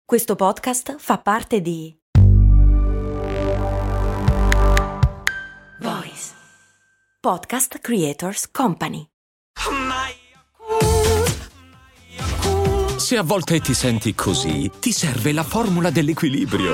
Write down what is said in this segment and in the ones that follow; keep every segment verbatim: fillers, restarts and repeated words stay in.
Questo podcast fa parte di Voice Podcast Creators Company. Se a volte ti senti così, ti serve la formula dell'equilibrio.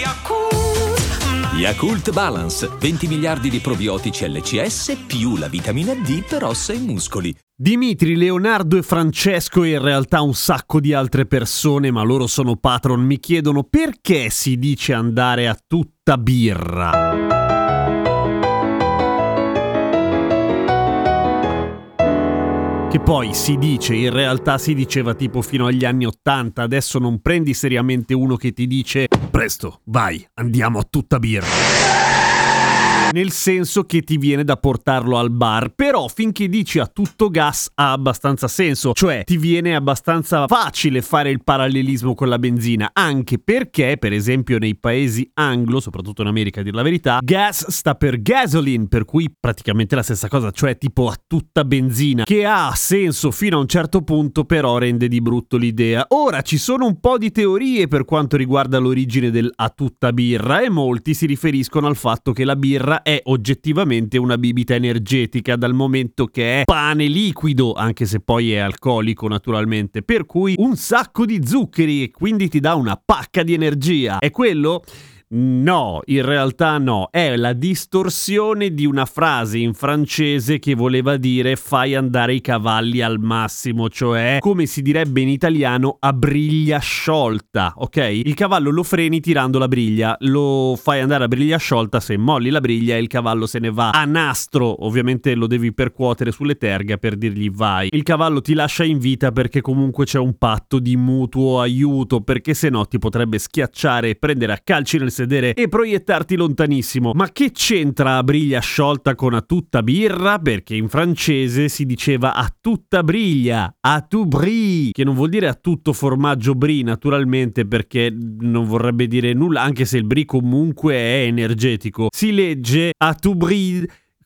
Yakult Balance, venti miliardi di probiotici L C S più la vitamina D per ossa e muscoli. Dimitri, Leonardo e Francesco e in realtà un sacco di altre persone, ma loro sono patron, mi chiedono perché si dice andare a tutta birra. Che poi si dice, in realtà si diceva tipo fino agli anni ottanta, adesso non prendi seriamente uno che ti dice presto, vai, andiamo a tutta birra. Nel senso che ti viene da portarlo al bar, però finché dici a tutto gas ha abbastanza senso, cioè ti viene abbastanza facile fare il parallelismo con la benzina, anche perché per esempio nei paesi anglo, soprattutto in America a dir la verità, gas sta per gasoline, per cui praticamente la stessa cosa, cioè tipo a tutta benzina, che ha senso fino a un certo punto, però rende di brutto l'idea. Ora ci sono un po' di teorie per quanto riguarda l'origine del a tutta birra e molti si riferiscono al fatto che la birra è oggettivamente una bibita energetica, dal momento che è pane liquido, anche se poi è alcolico naturalmente, per cui un sacco di zuccheri e quindi ti dà una pacca di energia. È quello? No, in realtà no, è la distorsione di una frase in francese che voleva dire fai andare i cavalli al massimo, cioè come si direbbe in italiano a briglia sciolta, ok? Il cavallo lo freni tirando la briglia, lo fai andare a briglia sciolta se molli la briglia e il cavallo se ne va a nastro, ovviamente lo devi percuotere sulle terga per dirgli vai. Il cavallo ti lascia in vita perché comunque c'è un patto di mutuo aiuto, perché se no ti potrebbe schiacciare e prendere a calci nel sedere e proiettarti lontanissimo. Ma che c'entra a briglia sciolta con a tutta birra? Perché in francese si diceva a tutta briglia, a tout brie, che non vuol dire a tutto formaggio brie naturalmente, perché non vorrebbe dire nulla, anche se il brie comunque è energetico. Si legge a tout brie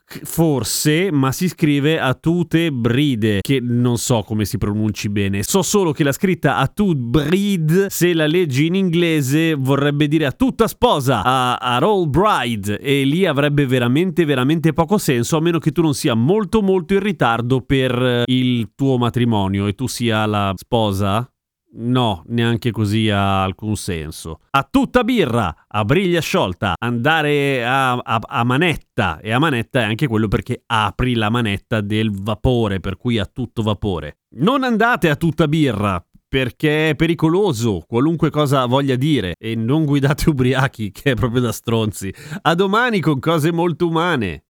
forse, ma si scrive a tutte bride, che non so come si pronunci bene. So solo che la scritta a tout bride, se la leggi in inglese, vorrebbe dire a tutta sposa, a, a all bride, e lì avrebbe veramente veramente poco senso, a meno che tu non sia molto molto in ritardo per il tuo matrimonio e tu sia la sposa. No, neanche così ha alcun senso. A tutta birra, a briglia sciolta, andare a, a, a manetta, e a manetta è anche quello perché apri la manetta del vapore, per cui a tutto vapore. Non andate a tutta birra, perché è pericoloso, qualunque cosa voglia dire, e non guidate ubriachi, che è proprio da stronzi. A domani con cose molto umane.